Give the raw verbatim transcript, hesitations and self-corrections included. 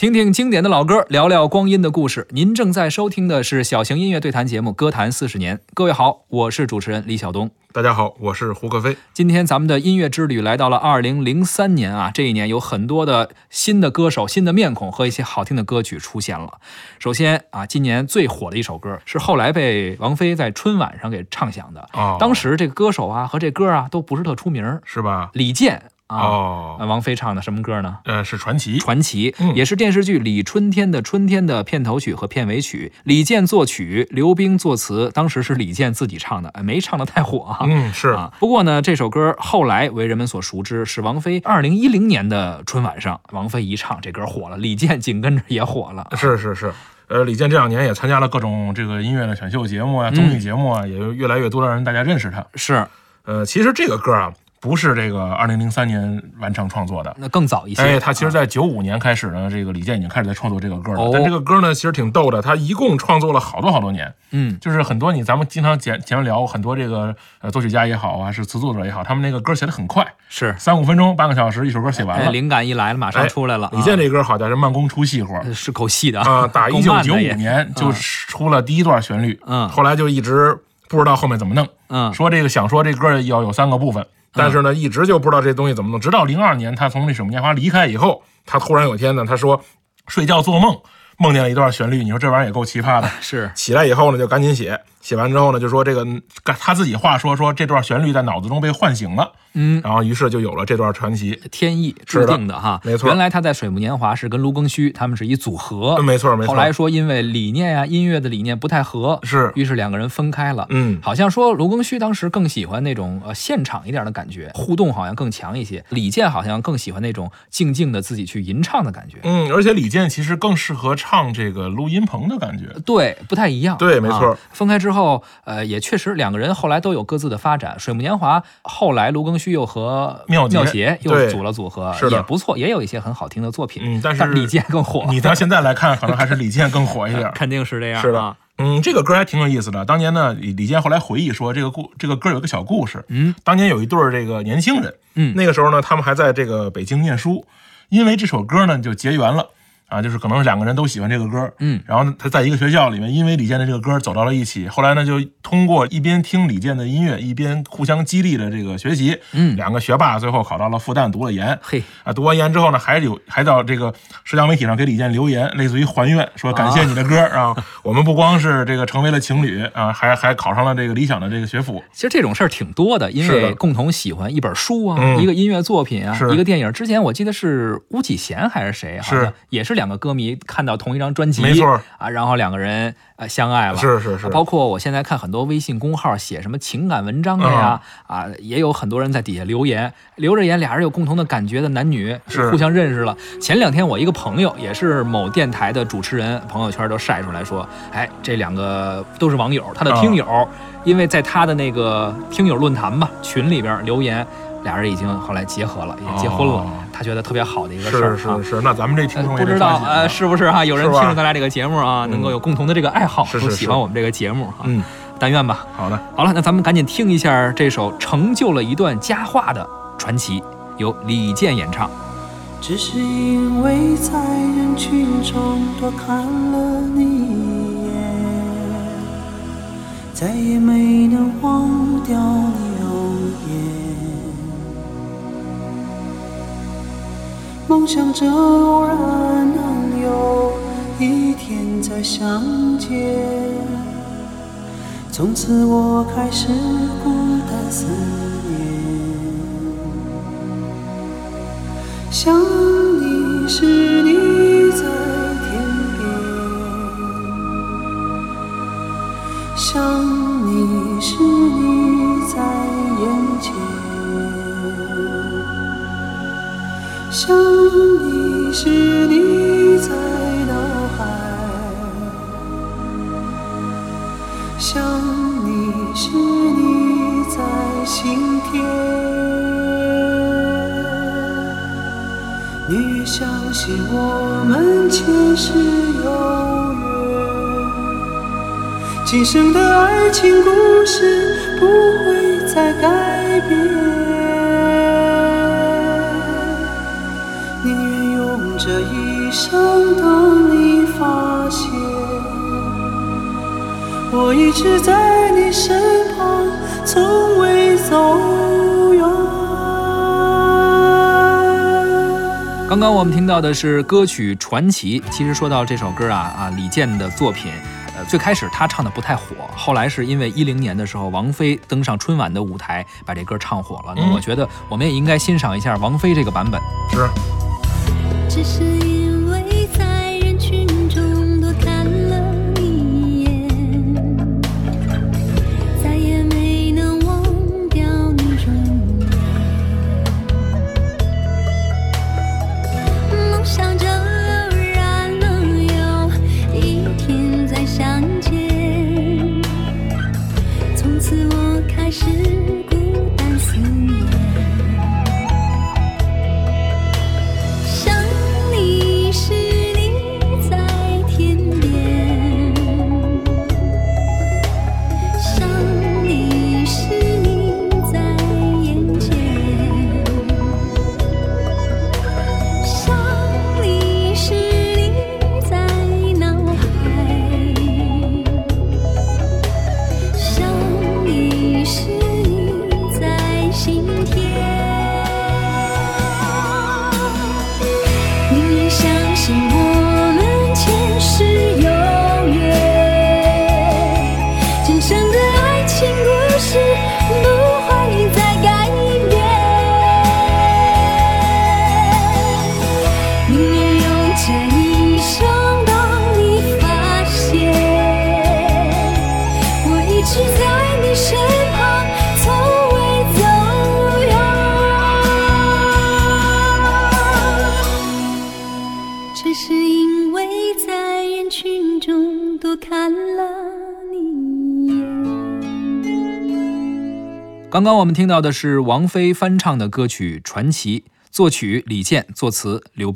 听听经典的老歌，聊聊光阴的故事。您正在收听的是小型音乐对谈节目《歌坛四十年》。各位好，我是主持人李晓东。 大家好，我是胡克飞。 今天咱们的音乐之旅来到了二零零三年啊，这一年有很多的新的歌手、新的面孔和一些好听的歌曲出现了。首先啊，今年最火的一首歌是后来被王菲在春晚上给唱响的。 哦， 当时这个歌手啊和这歌啊都不是特出名， 是吧？ 李健。啊、 哦， 王菲唱的什么歌呢？ 呃，是传奇， 传奇、 嗯、 也是电视剧《李春天》的春天的片头曲和片尾曲，李健作曲，刘冰作词，当时是李健自己唱的，没唱得太火啊。 嗯，是啊。不过呢，这首歌后来为人们所熟知，是王菲二零一零年的春晚上，王菲一唱，这歌火了，李健紧跟着也火了。 是是是。呃，李健这两年也参加了各种这个音乐的选秀节目啊、综艺节目啊，嗯、也有越来越多的人大家认识他。 是， 呃，其实这个歌啊。不是这个二零零三年完成创作的， 那更早一些。 哎，他其实在九五年开始呢，这个李健已经开始在创作这个歌了。 哦、 但这个歌呢，其实挺逗的，他一共创作了好多好多年。 嗯，就是很多你咱们经常前前面聊很多这个呃作曲家也好啊，是词作者也好，他们那个歌写的很快， 是三五分钟、半个小时一首歌写完了， 哎、灵感一来了马上出来了。 哎、李健这歌好像是慢工出细活， 是口细的啊。打一九九五年就出了第一段旋律， 嗯， 后来就一直不知道后面怎么弄， 嗯， 说这个想说这歌要有三个部分。但是呢，一直就不知道这东西怎么弄，直到零二年他从那水木年华离开以后，他突然有一天呢，他说睡觉做梦梦见了一段旋律，你说这玩意儿也够奇葩的。 是， 起来以后呢，就赶紧写，写完之后呢，就说这个他自己话说说这段旋律在脑子中被唤醒了。 嗯， 然后于是就有了这段传奇， 天意注定的哈， 没错。 原来他在水木年华是跟卢庚戌他们是一组合， 没错没错。 后来说因为理念啊、音乐的理念不太合， 是， 于是两个人分开了。 嗯， 好像说卢庚戌当时更喜欢那种呃现场一点的感觉，互动好像更强一些。李健好像更喜欢那种静静的自己去吟唱的感觉。 嗯，而且李健其实更适合唱这个录音棚的感觉， 对，不太一样。 对，没错。 啊、分开之后，呃，也确实两个人后来都有各自的发展。水木年华后来卢庚戌又和妙妙杰又组了组合， 是的， 也不错，也有一些很好听的作品。 嗯，但是但李健更火。 你到现在来看，可能还是李健更火一点， 肯定是这样。 是的，嗯，这个歌还挺有意思的。当年呢，李健后来回忆说，这个故这个歌有一个小故事。 嗯， 当年有一对这个年轻人， 嗯， 那个时候呢，他们还在这个北京念书，因为这首歌呢就结缘了。啊，就是可能两个人都喜欢这个歌， 嗯， 然后他在一个学校里面，因为李健的这个歌走到了一起，后来呢，就通过一边听李健的音乐，一边互相激励的这个学习， 嗯， 两个学霸最后考到了复旦，读了研， 嘿， 啊，读完研之后呢，还有还到这个社交媒体上给李健留言，类似于还愿，说感谢你的歌啊，啊我们不光是这个成为了情侣啊，还还考上了这个理想的这个学府。 其实这种事儿挺多的，因为共同喜欢一本书啊， 嗯、 一个音乐作品啊， 一个电影。之前我记得是巫启贤还是谁，好像也是两个歌迷。看到同一张专辑， 没错啊，然后两个人呃相爱了， 是是是、 啊。包括我现在看很多微信公号写什么情感文章的呀，嗯、啊，也有很多人在底下留言，留着言，俩人有共同的感觉的男女互相认识了。前两天我一个朋友也是某电台的主持人，朋友圈都晒出来说，哎，这两个都是网友，他的听友，嗯、因为在他的那个听友论坛吧群里边留言。俩人已经后来结合了，也结婚了，哦、他觉得特别好的一个事儿。 是是是，那咱们这听众、 呃、不知道呃是不是哈、啊？有人听着咱俩这个节目啊， 嗯、 能够有共同的这个爱好， 是是是都喜欢我们这个节目哈。 嗯， 但愿吧。 好的， 好了，那咱们赶紧听一下这首成就了一段佳话的传奇，由李健演唱。 只是因为在人群中多看了你一眼，再也没能忘掉你。梦想着偶然能有一天再相见，从此我开始孤单思念。想你时你在天边，想你时你在眼前，想你时你在脑海，想你时你在心田。你越相信我们前世有缘，今生的爱情故事不会再改变。这一想当你发现我一直在你身旁，从未走远。 刚刚我们听到的是歌曲《传奇》。其实说到这首歌啊啊，李健的作品，呃，最开始他唱的不太火，后来是因为一零年的时候，王菲登上春晚的舞台，把这歌唱火了。那我觉得我们也应该欣赏一下王菲这个版本。 是。 只是因为在人群中多看了一眼，再也没能忘掉你容颜。梦想着偶然能有一天再相见，从此我开始孤单思念。只是因为在人群中多看了你一眼。 刚刚我们听到的是王菲翻唱的歌曲《传奇》，作曲李健，作词刘